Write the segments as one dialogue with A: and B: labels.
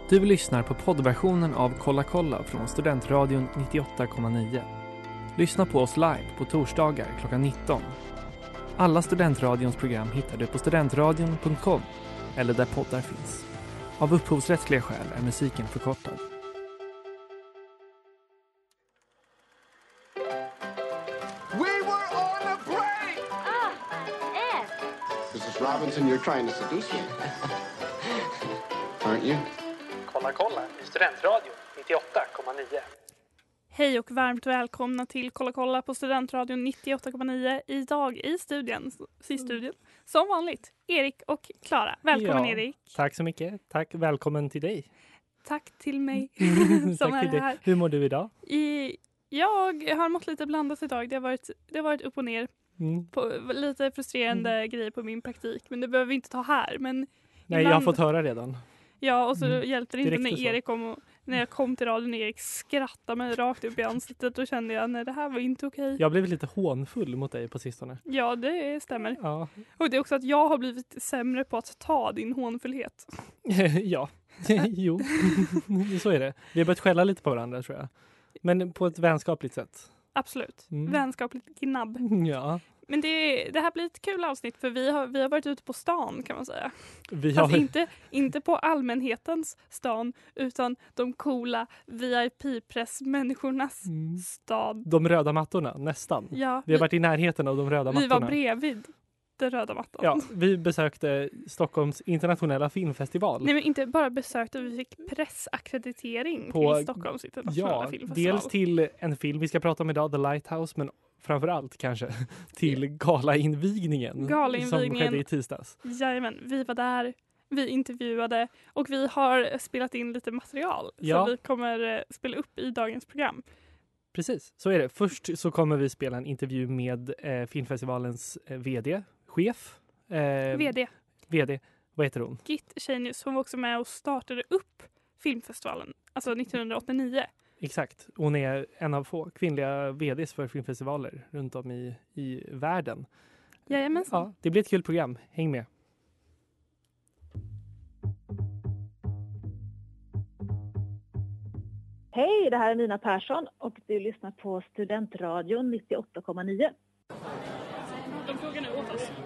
A: Du lyssnar på poddversionen av Kolla kolla från Studentradion 98,9. Lyssna på oss live på torsdagar klockan 19. Alla Studentradions program hittar du på studentradion.com eller där poddar finns. Av upphovsrättsliga skäl är musiken förkortad.
B: We were on a break!
C: Ed!
B: Mrs. Robinson, you're trying to seduce me. Aren't you?
A: Kolla kolla i Studentradion 98,9.
D: Hej och varmt välkomna till Kolla kolla på Studentradion 98,9. Idag i studion, som vanligt, Erik och Klara. Välkommen Erik.
E: Tack så mycket. Tack, välkommen till dig.
D: Tack till mig som
E: Tack
D: är
E: till dig.
D: här.
E: Hur mår du idag?
D: Jag har mått lite blandat idag. Det har varit upp och ner. På lite frustrerande grejer på min praktik. Men det behöver vi inte ta här. Men
E: Nej,
D: ibland...
E: jag har fått höra redan.
D: Ja, och så hjälpte det inte
E: Direkt
D: när Erik kom och när jag kom till radion och Erik skrattade mig rakt upp i ansiktet. Då kände jag, nej det här var inte okej.
E: Jag blev lite hånfull mot dig på sistone.
D: Ja, det stämmer.
E: Ja.
D: Och det är också att jag har blivit sämre på att ta din hånfullhet.
E: Ja, jo. Så är det. Vi har börjat skälla lite på varandra, tror jag. Men på ett vänskapligt sätt.
D: Absolut. Vänskapligt gnabb.
E: Ja.
D: Men det här blir ett kul avsnitt för vi har varit ute på stan kan man säga.
E: Vi
D: Inte på allmänhetens stan utan de coola VIP-pressmänniskornas stad.
E: De röda mattorna, nästan.
D: Ja,
E: Vi har varit i närheten av de röda mattorna.
D: Vi var bredvid den röda mattan.
E: Ja, vi besökte Stockholms internationella filmfestival.
D: Nej, men inte bara besökte, vi fick pressakkreditering till Stockholms internationella filmfestival.
E: Dels till en film vi ska prata om idag, The Lighthouse, men framförallt kanske till galainvigningen som skedde i tisdags.
D: Jajamän, vi var där, vi intervjuade och vi har spelat in lite material som vi kommer spela upp i dagens program.
E: Precis, så är det. Först så kommer vi spela en intervju med filmfestivalens chef. VD, vad heter hon?
D: Git Chenius, hon var också med och startade upp filmfestivalen, alltså 1989.
E: Exakt, hon är en av få kvinnliga vds för filmfestivaler runt om i världen.
D: Jajamensan.
E: Ja, det blir ett kul program, häng med.
F: Hej, det här är Nina Persson och du lyssnar på Studentradion 98,9.
D: De frågar nu åt oss.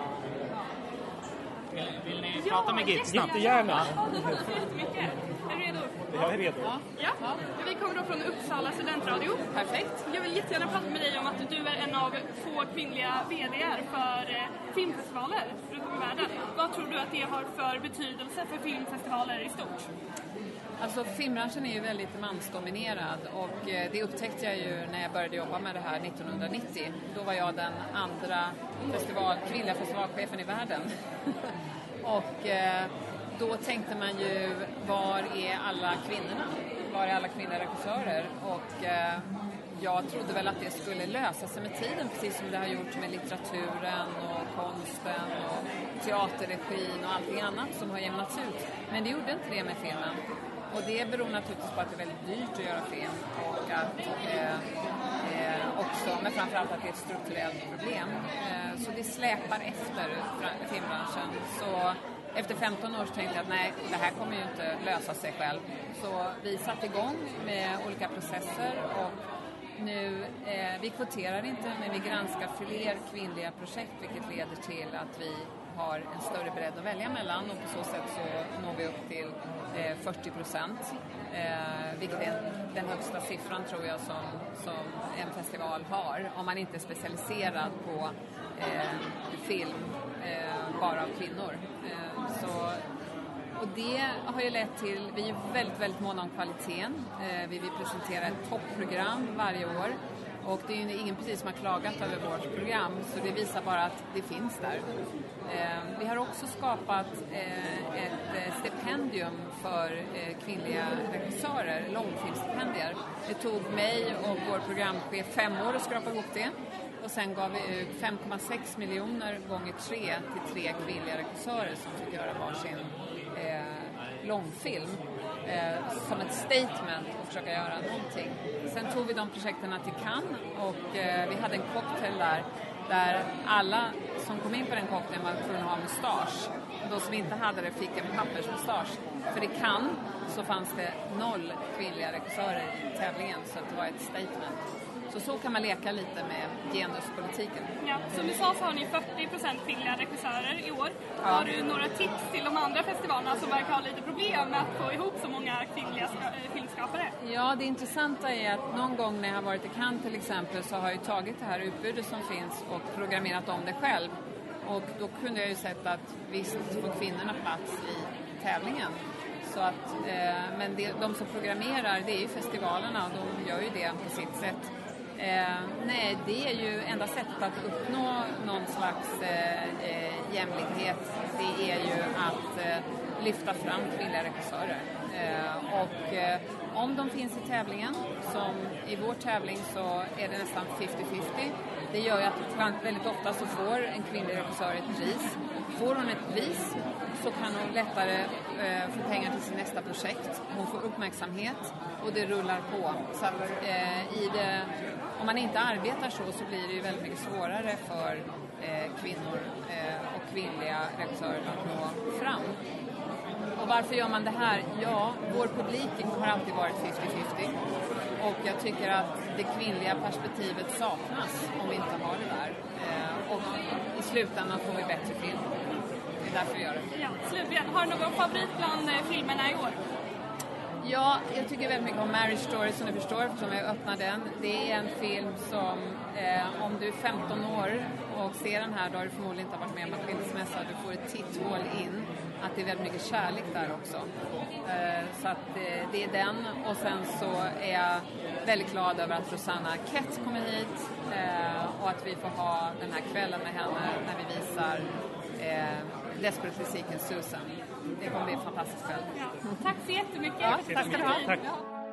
E: Vill ni prata med Git? Jättegärna.
D: Jättemycket. Är du redo?
E: Jag är redo.
D: Ja. Vi kommer då från Uppsala studentradio. Perfekt. Jag vill jättegärna prata med dig om att du är en av få kvinnliga vd:ar för filmfestivaler runt om i världen. Vad tror du att det har för betydelse för filmfestivaler i stort?
G: Alltså filmbranschen är ju väldigt mansdominerad och det upptäckte jag ju när jag började jobba med det här 1990. Då var jag den andra kvinnliga festivalchefen i världen. Och då tänkte man ju, var är alla kvinnorna? Var är alla kvinnliga regissörer? Och jag trodde väl att det skulle lösa sig med tiden, precis som det har gjort med litteraturen och konsten och teaterregin och allting annat som har jämnats ut. Men det gjorde inte det med filmen. Och det beror naturligtvis på att det är väldigt dyrt att göra film och att också, men framförallt att det är ett strukturellt problem. Så det släpar efter filmbranschen. Så efter 15 år så tänkte jag att nej, det här kommer ju inte lösa sig själv. Så vi satte igång med olika processer och nu, vi kvoterar inte, men vi granskar fler kvinnliga projekt, vilket leder till att vi har en större bredd att välja mellan och på så sätt så når vi upp till 40%, vilket är den högsta siffran tror jag som en festival har om man inte är specialiserad på film bara av kvinnor. Och det har ju lett till, vi är väldigt, väldigt måna om kvaliteten. Vi vill presentera ett toppprogram varje år. Och det är ju ingen precis som har klagat över vårt program, så det visar bara att det finns där. Vi har också skapat ett stipendium för kvinnliga regissörer, långfilmstipendier. Det tog mig och vår programchef 5 år att skrapa ihop det. Och sen gav vi ut 5,6 miljoner gånger 3 till 3 kvinnliga regissörer som fick göra varsin långfilm. Som ett statement och försöka göra någonting. Sen tog vi de projekterna till Cannes och vi hade en cocktail där där alla som kom in på den cocktailen var tvungna att ha mustasch. De som inte hade det fick en pappersmustasch. För i Cannes så fanns det 0 kvinnliga regissörer i tävlingen, så det var ett statement. Så kan man leka lite med genuspolitiken.
D: Ja, som du sa så har ni 40% kvinnliga regissörer i år.
G: Ja.
D: Har du några tips till de andra festivalerna som verkar ha lite problem med att få ihop så många kvinnliga filmskapare?
G: Ja, det intressanta är att någon gång när jag har varit i Cannes till exempel så har jag tagit det här utbudet som finns och programmerat om det själv. Och då kunde jag ju sett att visst får kvinnorna plats i tävlingen. Så att, men de som programmerar, det är ju festivalerna och de gör ju det på sitt sätt. Nej, det är ju enda sättet att uppnå någon slags jämlikhet. Det är ju att lyfta fram kvinnliga regissörer. Om de finns i tävlingen, som i vår tävling så är det nästan 50-50. Det gör ju att väldigt ofta så får en kvinnlig regissör ett pris. Får hon ett pris så kan hon lättare få pengar till sin nästa projekt. Hon får uppmärksamhet och det rullar på. Så att, om man inte arbetar så blir det ju väldigt mycket svårare för kvinnor och kvinnliga regissörer att nå fram. Och varför gör man det här? Ja, vår publik har alltid varit 50-50. Och jag tycker att det kvinnliga perspektivet saknas om vi inte har det där. Och i slutändan får vi bättre film. Det är därför vi gör det.
D: Ja, slutligen, har du någon favorit bland filmerna i år?
G: Ja, jag tycker väldigt mycket om Marriage Story som du förstår, som jag öppnar den. Det är en film som, om du är 15 år och ser den här, då har du förmodligen inte varit med om en skilsmässa. Du får ett titthål in, att det är väldigt mycket kärlek där också. Så att det är den. Och sen så är jag väldigt glad över att Rosanna Kett kommer hit och att vi får ha den här kvällen med henne när vi visar Desperate Seeking Susan. Det kommer bli en fantastisk kväll.
D: Ja. Tack så jättemycket.
G: Ja, tack ska du ha.
E: Tack.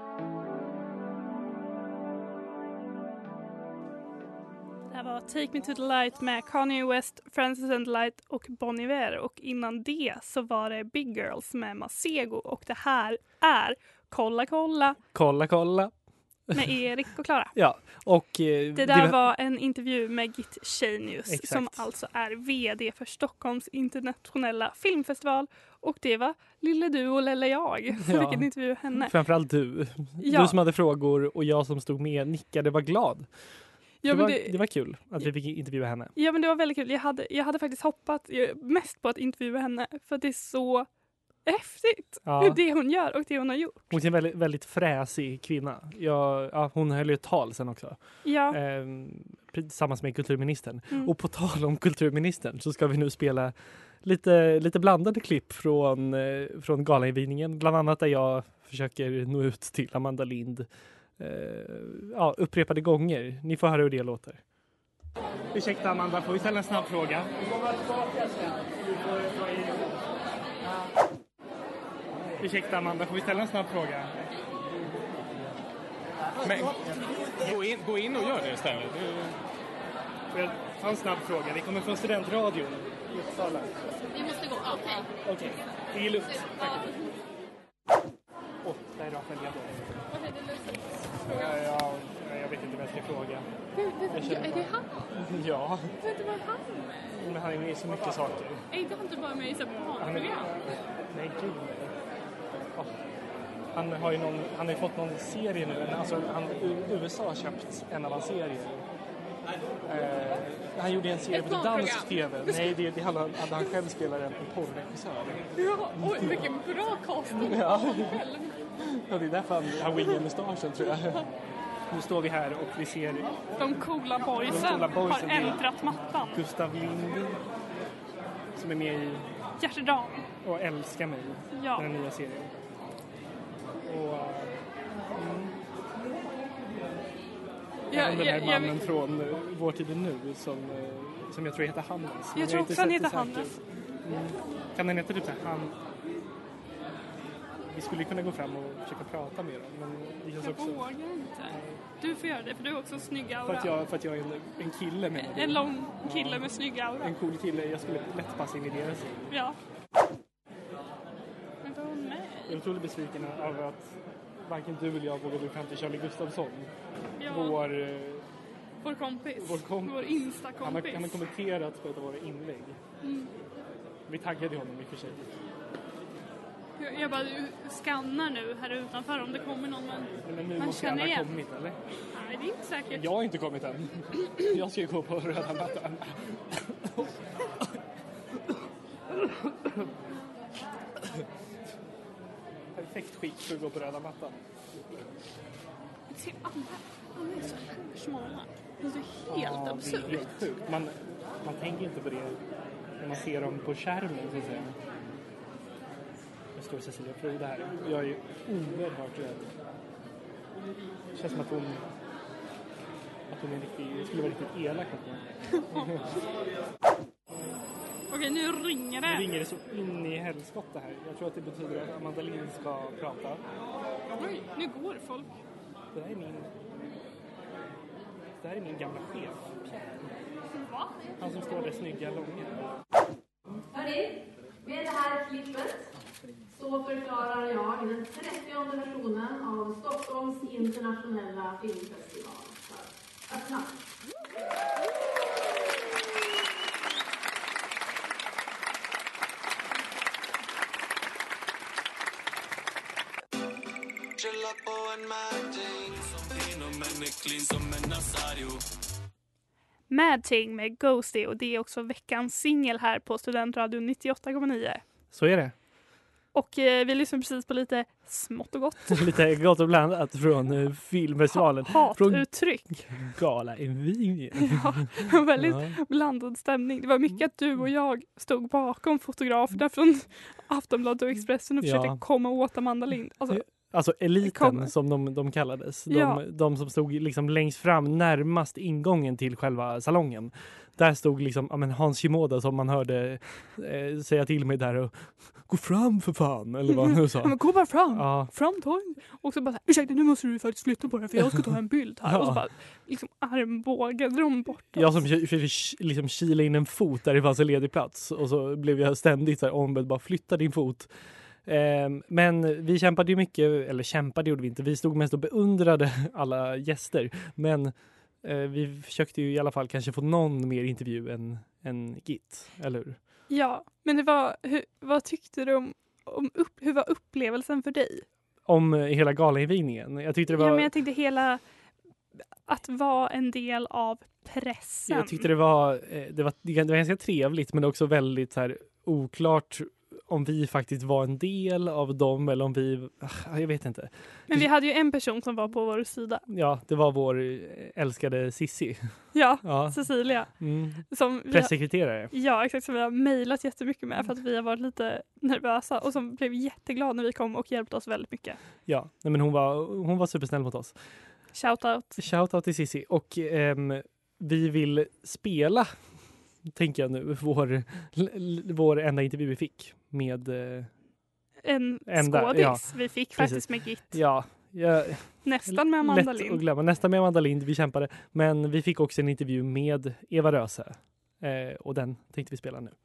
D: Det här var Take Me To The Light med Kanye West, Francis and Light och Bon Iver. Och innan det så var det Big Girls med Masego. Och det här är Kolla Kolla.
E: Kolla, kolla.
D: Med Erik och Klara.
E: Ja, och
D: det där var en intervju med Git Chenius.
E: Exakt.
D: Som alltså är vd för Stockholms internationella filmfestival. Och det var Lille du och Lille jag som fick en intervju henne.
E: Framförallt du.
D: Ja.
E: Du som hade frågor och jag som stod med nickade var glad.
D: Ja,
E: det var kul att vi fick intervjua henne.
D: Ja, men det var väldigt kul. Jag hade faktiskt hoppat mest på att intervjua henne. För det är så häftigt.
E: Ja.
D: Det hon gör och det hon har gjort.
E: Hon är en väldigt, väldigt fräsig kvinna. Hon höll ju ett tal sen också.
D: Ja.
E: Tillsammans med kulturministern. Och på tal om kulturministern så ska vi nu spela lite blandade klipp från galinvigningen. Bland annat där jag försöker nå ut till Amanda Lind upprepade gånger. Ni får höra hur det låter. Ursäkta Amanda, får vi ställa en snabb fråga? Ursäkta Amanda, får vi ställa en snabb fråga?
H: Men gå in och gör det istället.
E: Får jag ta en snabb fråga? Vi kommer från Studentradion i Uppsala.
D: Vi måste gå.
E: Okej. Det är lugnt. Där är Rafael Jadot.
D: Vad är det lustigt?
E: Jag vet inte vad jag ska fråga.
D: Är det han?
E: Ja.
D: Vet du vad han är?
E: Men han är med i så mycket saker.
D: Är inte han inte bara med i barnprogram?
E: Nej, gud. Han har ju fått någon serie nu. Alltså, USA har köpt en av hans serier. Han gjorde en serie på dansk tv. Nej, det handlar om att han själv spelar en porrregissör.
D: Ja, oj, vilken bra casting.
E: Ja, det är därför han wingar mustaschen, tror jag. Nu står vi här och vi ser
D: de coola boysen har ändrat mattan.
E: Gustav Lind som är med i
D: Hjärtedam
E: och Älskar mig, den nya serien. Och den här mannen från Vår tid nu som jag tror heter Hannes.
D: Jag tror också han heter Hannes.
E: Kan han heta typ så här vi skulle kunna gå fram och försöka prata med dem, men det känns också...
D: vågar inte. Du får göra det, för du är också snygg aura.
E: För att jag är en kille med
D: en lång kille med snygg aura.
E: En cool kille, jag skulle lätt passa in i deras.
D: Ja. Men vad är hon med?
E: Jag är otroligt besviken över att varken du eller jag vågade gå fram till Charlie Gustafsson.
D: Ja.
E: Vår
D: Vår kompis. Vår
E: Han
D: Insta-kompis.
E: har kommenterat på ett av våra inlägg. Vi taggade honom i och för sig.
D: Jag bara skannar nu här utanför om det kommer någon
E: Men nu
D: man
E: måste alla
D: känner
E: ha
D: igen.
E: kommit, eller?
D: Nej, det är inte säkert.
E: Jag har inte kommit än. Jag ska ju gå på röda mattan. Perfekt skick för att gå på röda mattan.
D: Se, alla är så här smala. Det är helt absurt.
E: Det är helt sjukt. Man tänker inte på det när man ser dem på skärmen, så att säga. Jag står Cecilia Frode här. Jag är ju oerhört rädd. Det känns som att hon är skulle vara riktigt elak mot mig.
D: Okej, nu ringer det.
E: Nu ringer det så in i helskotta här. Jag tror att det betyder att Amanda Lind ska prata.
D: Oj, nu går folk.
E: Det här är min gamla chef, Pierre.
D: Va?
E: Han som står där snygga långa.
I: Hörni, med det här klippet så förklarar jag den 30:e versionen av Stockholms internationella filmfestival för öppna.
D: Mad Thing med Ghosty, och det är också veckans singel här på Studentradion 98,9.
E: Så är det.
D: Och vi lyssnar precis på lite smått och gott.
E: Lite gott och blandat från filmfestivalen.
D: Hatuttryck.
E: Galainvigningen.
D: Ja, väldigt blandad stämning. Det var mycket att du och jag stod bakom fotograferna från Aftonbladet och Expressen och försökte komma åt Amanda Lind.
E: Alltså eliten som de kallades. De som stod liksom längst fram närmast ingången till själva salongen. Där stod liksom Hans Shimoda som man hörde säga till mig där och gå fram för fan, eller vad han sa.
D: Men gå bara fram, framtåg. Och så bara, ursäkta, nu måste du faktiskt flytta på det för jag ska ta en bild här. Och så bara liksom armbågade de bort oss.
E: Jag som liksom kila in en fot där det fanns en ledig plats. Och så blev jag ständigt så här ombedd, bara flytta din fot. Men vi kämpade ju mycket, eller kämpade gjorde vi inte. Vi stod mest och beundrade alla gäster. Men vi försökte ju i alla fall kanske få någon mer intervju än Git, eller hur?
D: Ja, men det var, vad tyckte du om hur var upplevelsen för dig?
E: Om hela galainvigningen? Jag tyckte det var...
D: Ja, men jag tänkte hela att vara en del av pressen.
E: Jag tyckte det var ganska trevligt, men också väldigt så här oklart om vi faktiskt var en del av dem eller om vi... Jag vet inte.
D: Men vi hade ju en person som var på vår sida.
E: Ja, det var vår älskade Sissi.
D: Ja. Cecilia.
E: Presssekreterare.
D: Ja, exakt. Som vi har mejlat jättemycket med för att vi har varit lite nervösa. Och som blev jätteglad när vi kom och hjälpte oss väldigt mycket.
E: Ja, men hon var supersnäll mot oss.
D: Shoutout
E: till Sissi. Och vi vill spela, tänker jag nu, vår enda intervju vi fick med
D: en skådis. Ja, vi fick faktiskt med Git.
E: Ja.
D: Nästan med Amanda Lind.
E: Lätt att glömma. Nästan med Amanda Lind, vi kämpade. Men vi fick också en intervju med Eva Röse. Och den tänkte vi spela nu.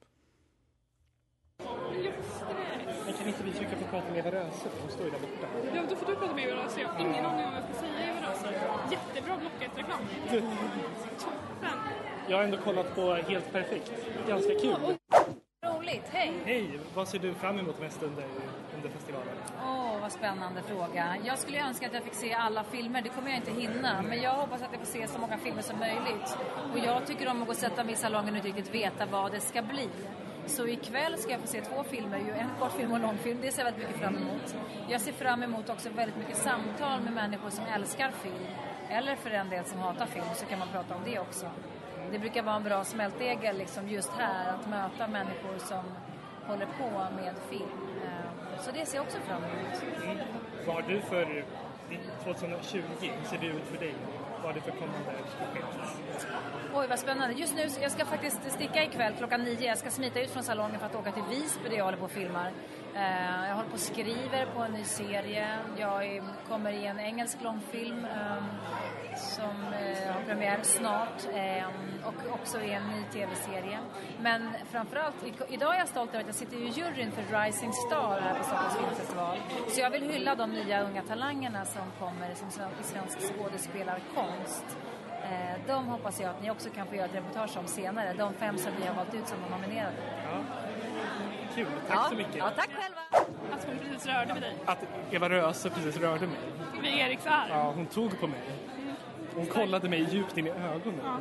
E: Men kan inte vi försöka få prata med Eva Röse? Hon står ju där borta.
D: Ja, då får du prata med Eva Röse. Jag har ingen aning om vad jag ska säga Eva Röse. Jättebra Blocket-reklam. Toppen.
E: Jag har ändå kollat på Helt perfekt. Ganska kul.
G: Roligt, hej!
E: Hej, vad ser du fram emot mest under festivalen?
G: Vad spännande fråga. Jag skulle önska att jag fick se alla filmer, det kommer jag inte hinna. Men jag hoppas att jag får se så många filmer som möjligt. Och jag tycker om att gå och sätta mig i salongen och inte riktigt veta vad det ska bli. Så ikväll ska jag få se 2 filmer, ju en kortfilm och en långfilm. Det ser jag väldigt mycket fram emot. Jag ser fram emot också väldigt mycket samtal med människor som älskar film. Eller för en del som hatar film, så kan man prata om det också. Det brukar vara en bra smältdegel liksom just här, att möta människor som håller på med film. Så det ser jag också fram emot.
E: Vad har du för 2020? Hur ser det ut för dig? Vad har du för kommande projekt?
G: Oj, vad spännande. Just nu, jag ska faktiskt sticka ikväll klockan 9. Jag ska smita ut från salongen för att åka till Visby där jag håller på och filmar. Jag håller på och skriver på en ny serie. Jag kommer i en engelsk långfilm som har premiär snart. Och också i en ny tv-serie. Men framförallt, idag är jag stolt över att jag sitter i juryn för Rising Star här på Stockholms filmfestival. Så jag vill hylla de nya unga talangerna som kommer som i svensk skådespelarkonst.
J: De hoppas jag att ni också kan få göra ett reportage om senare. De 5 som vi har valt ut som de nominerade.
E: Ja. Kul, tack så mycket.
J: Ja, tack själva.
D: Att hon precis rörde vid dig.
E: Att Eva Röse precis rörde mig.
D: Vid Eriks arm.
E: Ja, hon tog på mig. Hon kollade mig djupt in i ögonen.
D: Ja.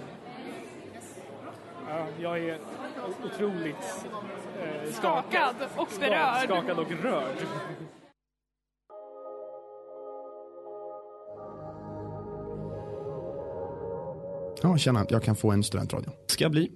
E: Ja, jag är otroligt
D: skakad och berörd.
E: Skakad och rörd.
K: Ja, tjena, jag kan få en studentradio. Ska bli.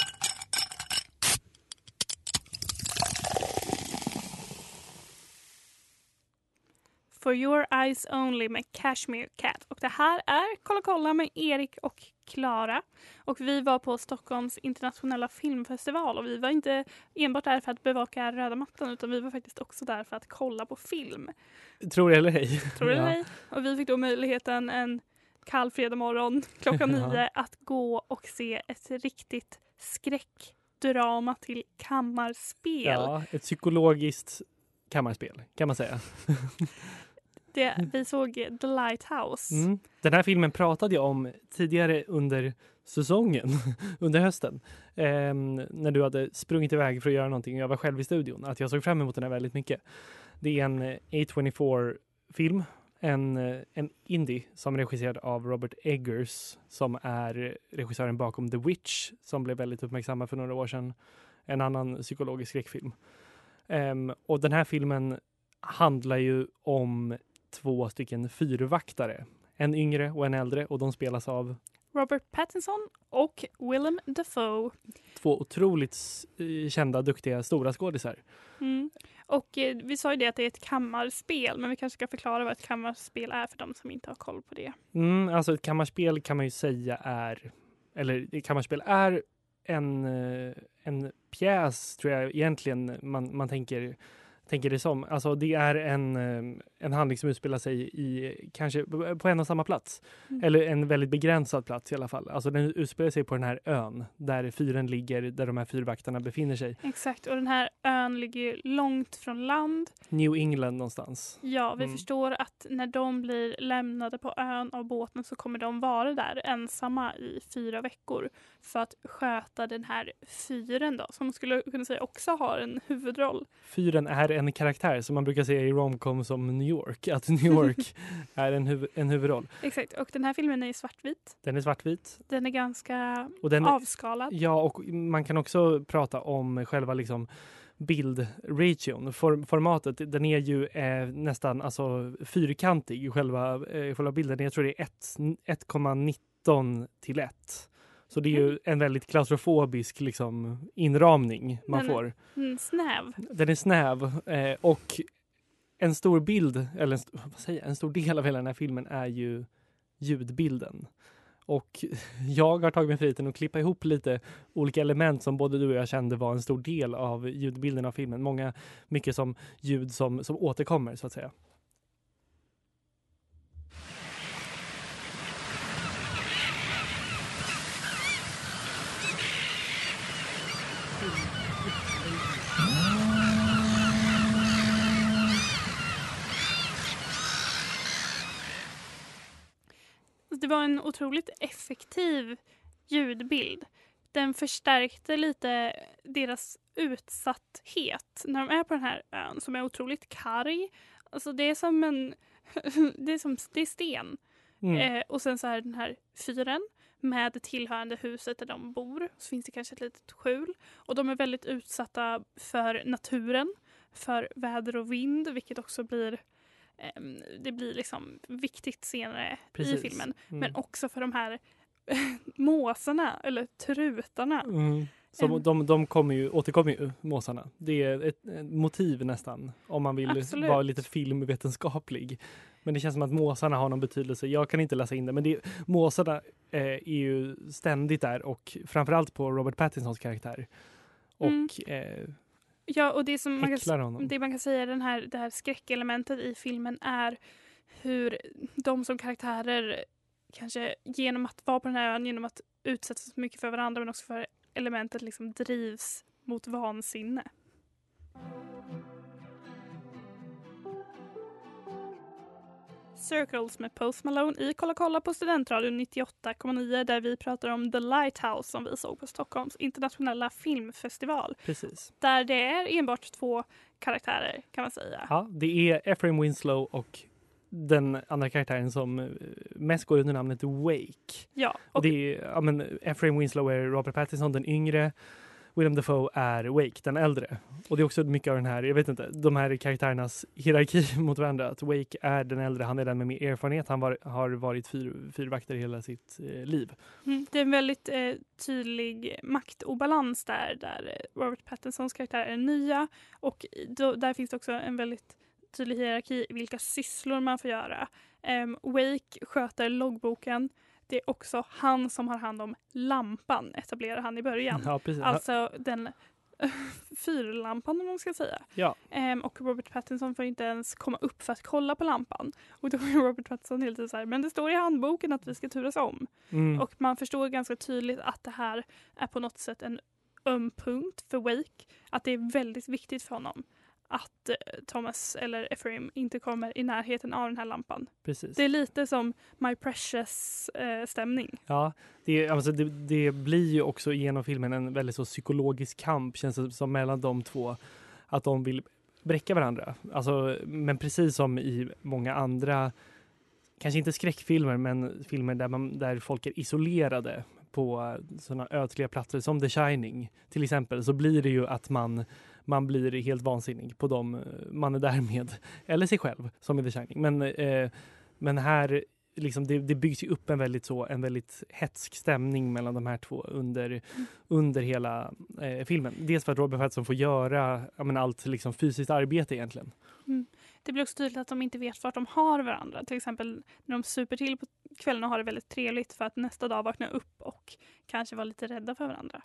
D: For Your Eyes Only med Cashmere Cat. Och det här är Kolla med Erik och Klara. Och vi var på Stockholms internationella filmfestival. Och vi var inte enbart där för att bevaka röda mattan, utan vi var faktiskt också där för att kolla på film.
E: Tror det eller ej.
D: Tror det eller ej. Och vi fick då möjligheten en kall fredag morgon klockan 9 att gå och se ett riktigt skräckdrama till kammarspel.
E: Ja, ett psykologiskt kammarspel kan man säga.
D: Vi såg The Lighthouse.
E: Den här filmen pratade jag om tidigare under säsongen, under hösten. När du hade sprungit iväg för att göra någonting och jag var själv i studion. Att jag såg fram emot den här väldigt mycket. Det är en A24-film. En indie som är regisserad av Robert Eggers, som är regissören bakom The Witch, som blev väldigt uppmärksammad för några år sedan. En annan psykologisk skräckfilm. Och den här filmen handlar ju om 2 stycken fyrvaktare. En yngre och en äldre, och de spelas av
D: Robert Pattinson och Willem Dafoe.
E: 2 otroligt kända, duktiga, stora skådisar.
D: Och vi sa ju det att det är ett kammarspel, men vi kanske ska förklara vad ett kammarspel är för de som inte har koll på det.
E: Alltså ett kammarspel kan man ju säga kammarspel är en pjäs, tror jag egentligen man tänker det som. Alltså det är en handling som utspelar sig i kanske på en och samma plats. Eller en väldigt begränsad plats i alla fall. Alltså den utspelar sig på den här ön där fyren ligger, där de här fyrvaktarna befinner sig.
D: Exakt, och den här ön ligger långt från land.
E: New England någonstans.
D: Ja, vi förstår att när de blir lämnade på ön av båten så kommer de vara där ensamma i 4 veckor för att sköta den här fyren då, som skulle kunna säga också har en huvudroll.
E: Fyren är en karaktär som man brukar säga i romcom som New York. Att New York är en huvudroll.
D: Exakt, och den här filmen är svartvit.
E: Den är svartvit.
D: Den är ganska avskalad.
E: Ja, och man kan också prata om själva liksom bildregion. Formatet, den är ju nästan alltså fyrkantig, själva bilden. Jag tror det är 1,19 till 1. Så det är ju en väldigt klaustrofobisk liksom inramning man får.
D: Snäv.
E: Den är snäv och en stor bild, eller en stor del av hela den här filmen är ju ljudbilden. Och jag har tagit mig friheten att klippa ihop lite olika element som både du och jag kände var en stor del av ljudbilden av filmen. Mycket som ljud som återkommer så att säga.
D: Det var en otroligt effektiv ljudbild. Den förstärkte lite deras utsatthet när de är på den här ön som är otroligt karg. Alltså det är som det är sten. Och sen så är den här fyren med tillhörande huset där de bor. Så finns det kanske ett litet skjul. Och de är väldigt utsatta för naturen, för väder och vind, vilket också blir liksom viktigt senare i filmen. Men också för de här måsarna eller trutarna.
E: De återkommer ju, måsarna. Det är ett motiv nästan, om man vill vara lite filmvetenskaplig. Men det känns som att måsarna har någon betydelse. Jag kan inte läsa in det, men måsarna är ju ständigt där, och framförallt på Robert Pattinsons karaktär. Och
D: ja, och det som man kan säga det här skräckelementet i filmen är hur de som karaktärer kanske genom att vara på den här ön, genom att utsättas så mycket för varandra, men också för elementet liksom drivs mot vansinne. Circles med Post Malone i Kolla på Studentradion 98,9 där vi pratar om The Lighthouse som vi såg på Stockholms internationella filmfestival.
E: Precis.
D: Där det är enbart 2 karaktärer kan man säga.
E: Ja, det är Ephraim Winslow och den andra karaktären som mest går under namnet Wake.
D: Ja.
E: Och det är, Ephraim Winslow är Robert Pattinson, den yngre. Willem Dafoe är Wake, den äldre. Och det är också mycket av den här, jag vet inte, de här karaktärernas hierarki mot varandra. Att Wake är den äldre, han är den med mer erfarenhet. Han har varit fyrvakter hela sitt liv.
D: Det är en väldigt tydlig maktobalans där Robert Pattinsons karaktär är nya. Och där finns det också en väldigt tydlig hierarki i vilka sysslor man får göra. Wake sköter loggboken. Det är också han som har hand om lampan, etablerar han i början.
E: Ja, precis.
D: Alltså den fyrlampan om man ska säga.
E: Ja.
D: Och Robert Pattinson får inte ens komma upp för att kolla på lampan. Och då är Robert Pattinson helt så här, men det står i handboken att vi ska turas om. Och man förstår ganska tydligt att det här är på något sätt en punkt för Wake. Att det är väldigt viktigt för honom att Thomas eller Ephraim inte kommer i närheten av den här lampan.
E: Precis.
D: Det är lite som My Precious stämning.
E: Ja, det blir ju också genom filmen en väldigt så psykologisk kamp känns det som mellan de två. Att de vill bräcka varandra. Alltså, men precis som i många andra, kanske inte skräckfilmer, men filmer där folk är isolerade på sådana ödsliga platser som The Shining till exempel, så blir det ju att man blir helt vansinnig på dem man är där med, eller sig själv som i The Shining. Men här liksom det byggs ju upp en väldigt hetsk stämning mellan de här två under hela filmen. Dels för att Robert Pattinson får göra allt liksom fysiskt arbete egentligen.
D: Det blir också tydligt att de inte vet vart de har varandra. Till exempel när de super till på kvällen och har det väldigt trevligt för att nästa dag vakna upp och kanske vara lite rädda för varandra.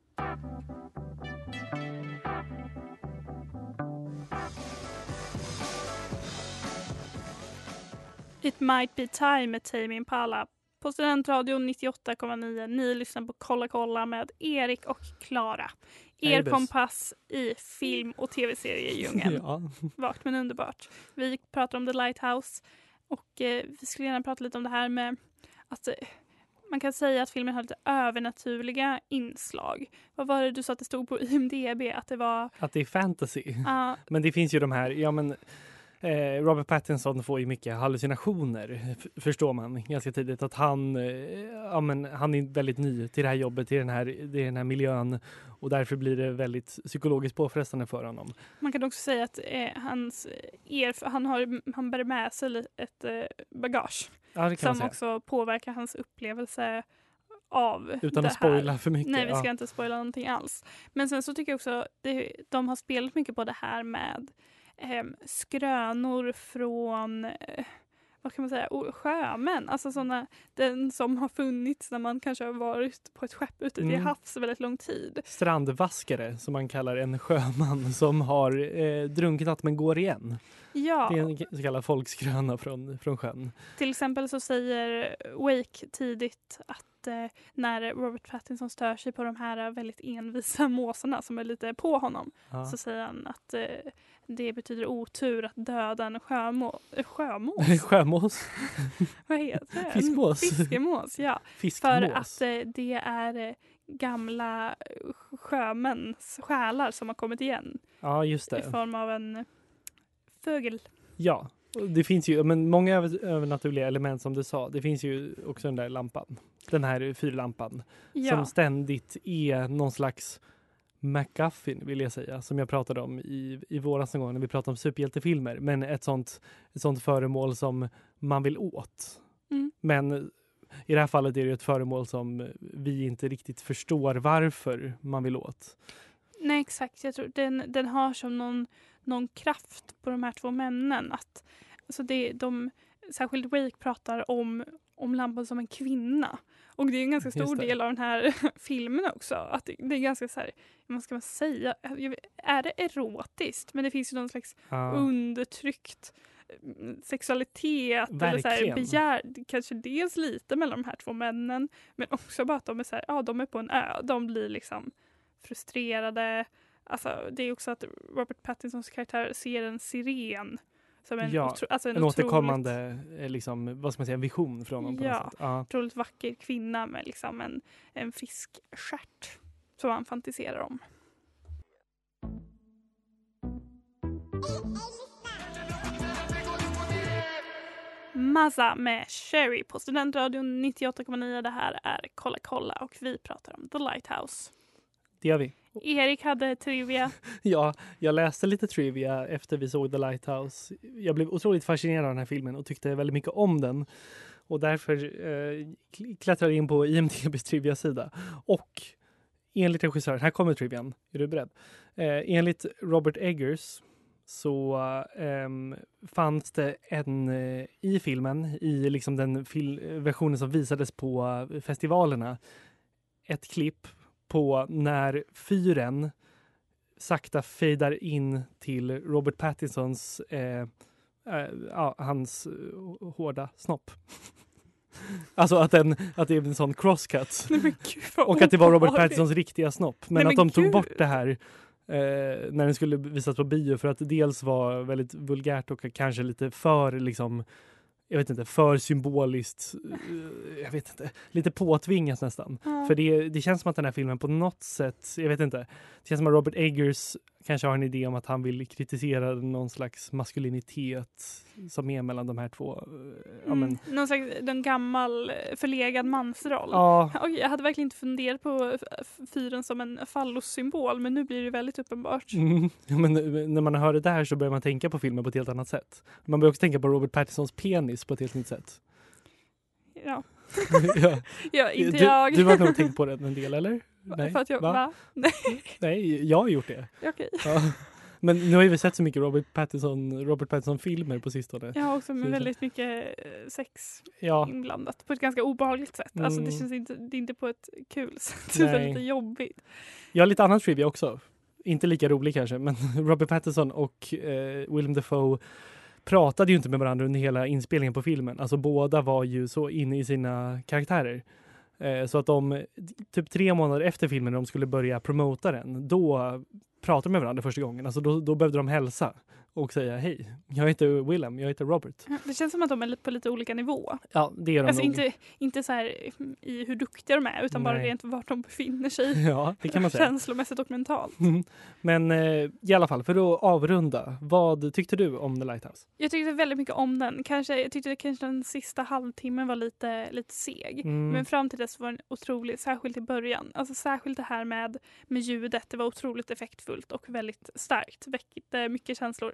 D: It Might Be Time med Tame Impala på Studentradion 98,9. Ni lyssnar på Kolla med Erik och Klara. Er kompass i film- och tv-seriedjungeln.
E: Ja.
D: Vart men underbart. Vi pratar om The Lighthouse och vi skulle gärna prata lite om det här med att man kan säga att filmen har lite övernaturliga inslag. Vad var det du sa att det stod på IMDb? Att det är
E: fantasy. Men det finns ju de här, Robert Pattinson får ju mycket hallucinationer, förstår man ganska tidigt, att han är väldigt ny till det här jobbet, till den här miljön, och därför blir det väldigt psykologiskt påfrestande för honom.
D: Man kan också säga att han bär med sig ett bagage som också påverkar hans upplevelse av
E: utan
D: det
E: att spoila
D: här.
E: för mycket.
D: Nej, vi ska inte spoila någonting alls. Men sen så tycker jag också de har spelat mycket på det här med skrönor från vad kan man säga, sjömän, alltså sådana, den som har funnits när man kanske har varit på ett skepp ute i havs väldigt lång tid.
E: Strandvaskare som man kallar en sjöman som har drunknat men går igen.
D: Ja.
E: Det är en så kallad folkskröna från sjön.
D: Till exempel så säger Wake tidigt att när Robert Pattinson stör sig på de här väldigt envisa måsarna som är lite på honom, så säger han att det betyder otur att döda en sjömås.
E: Sjömås?
D: Vad heter det?
E: Fiskemås,
D: ja. För att det är gamla sjömäns själar som har kommit igen.
E: Ja, just det.
D: I form av en fågel.
E: Ja, det finns ju många övernaturliga element som du sa. Det finns ju också den där lampan. Den här fyrlampan.
D: Ja.
E: Som ständigt är någon slags MacGuffin, vill jag säga, som jag pratade om i våras någon gång när vi pratade om superhjältefilmer, men ett sånt föremål som man vill åt. Men i det här fallet är det ett föremål som vi inte riktigt förstår varför man vill åt.
D: Nej, exakt. Jag tror den har som någon kraft på de här två männen, att alltså särskilt Wake pratar om lampan som en kvinna. Och det är en ganska stor del av den här filmen också. Att det är ganska så här, vad ska man säga? Är det erotiskt? Men det finns ju någon slags undertryckt sexualitet.
E: Verkligen.
D: Eller så här, begär, kanske dels lite mellan de här två männen. Men också bara att de är så här, de är på en ö. De blir liksom frustrerade. Alltså, det är också att Robert Pattinsons karaktär ser en siren Som
E: en återkommande liksom, vad ska man säga, en vision från honom på något sätt. Ja,
D: otroligt vacker kvinna med liksom en fiskstjärt som han fantiserar om. Massa med Cherry på Studentradion 98,9. Det här är Kolla och vi pratar om The Lighthouse.
E: Det gör vi.
D: Erik hade trivia.
E: Ja, jag läste lite trivia efter vi såg The Lighthouse. Jag blev otroligt fascinerad av den här filmen och tyckte väldigt mycket om den. Och därför klättrade in på IMDb's trivia-sida. Och enligt regissören, här kommer trivian, är du beredd? Enligt Robert Eggers så fanns det i filmen, i liksom den versionen som visades på festivalerna, ett klipp på när fyren sakta fejdar in till Robert Pattinsons hans hårda snopp. Alltså att det är en sån crosscut.
D: Nej, men Gud,
E: och att det var Robert Pattinsons riktiga snopp. Men att de tog bort det här när den skulle visas på bio för att det dels var väldigt vulgärt och kanske lite för liksom, jag vet inte, för symboliskt, jag vet inte, lite påtvingat nästan. För det känns som att den här filmen på något sätt, jag vet inte, det känns som att Robert Eggers kanske har en idé om att han vill kritisera någon slags maskulinitet som är mellan de här två.
D: Någon slags en gammal förlegad mansroll.
E: Ja.
D: Jag hade verkligen inte funderat på fyren som en fallossymbol, men nu blir det väldigt uppenbart.
E: Ja, men när man hör det där så börjar man tänka på filmen på ett helt annat sätt. Man börjar också tänka på Robert Pattinsons penis på ett helt nytt sätt.
D: Ja.
E: Ja,
D: inte jag.
E: Du har nog tänkt på det en del, eller?
D: Nej. För att jag, va?
E: Nej, jag har gjort det.
D: Okej.
E: Ja. Men nu har vi sett så mycket Robert Pattinson-filmer på sistone.
D: Ja, också med väldigt mycket sex inblandat. På ett ganska obehagligt sätt. Alltså det känns inte på ett kul sätt. Det är lite jobbigt.
E: Jag har lite annat trivia också. Inte lika rolig kanske, men Robert Pattinson och Willem Dafoe pratade ju inte med varandra under hela inspelningen på filmen. Alltså båda var ju så inne i sina karaktärer. Så att de typ 3 månader efter filmen när de skulle börja promota den, då pratade de med varandra första gången. Alltså då behövde de hälsa och säga hej, jag heter Willem, jag heter Robert.
D: Det känns som att de är på lite olika nivå.
E: Ja, det är de
D: alltså
E: nog.
D: Inte så här i hur duktiga de är, utan bara rent vart de befinner sig.
E: Ja, det kan man säga.
D: Känslomässigt och mentalt.
E: Men i alla fall, för att avrunda, vad tyckte du om The Lighthouse?
D: Jag tyckte väldigt mycket om den. Jag tyckte kanske den sista halvtimmen var lite seg. Men fram till dess var den otrolig, särskilt i början. Alltså särskilt det här med ljudet, det var otroligt effektfullt och väldigt starkt. Väckte mycket känslor.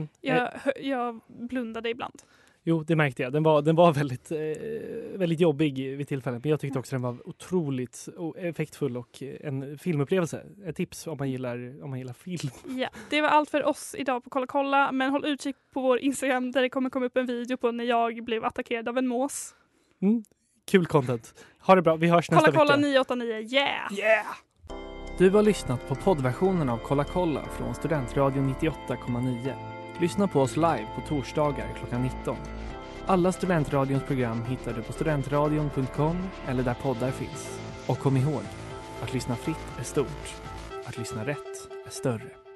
D: Jag blundade ibland.
E: Jo, det märkte jag. Den var väldigt, väldigt jobbig vid tillfället. Men jag tyckte också den var otroligt effektfull och en filmupplevelse. Ett tips om man gillar film.
D: Ja, det var allt för oss idag på Kolla. Men håll utkik på vår Instagram där det kommer komma upp en video på när jag blev attackerad av en mås.
E: Kul content. Ha det bra, vi hörs nästa vecka.
D: Kolla 989, yeah!
A: Du har lyssnat på poddversionen av Kolla från Studentradion 98,9. Lyssna på oss live på torsdagar klockan 19. Alla Studentradions program hittar du på studentradion.com eller där poddar finns. Och kom ihåg, att lyssna fritt är stort. Att lyssna rätt är större.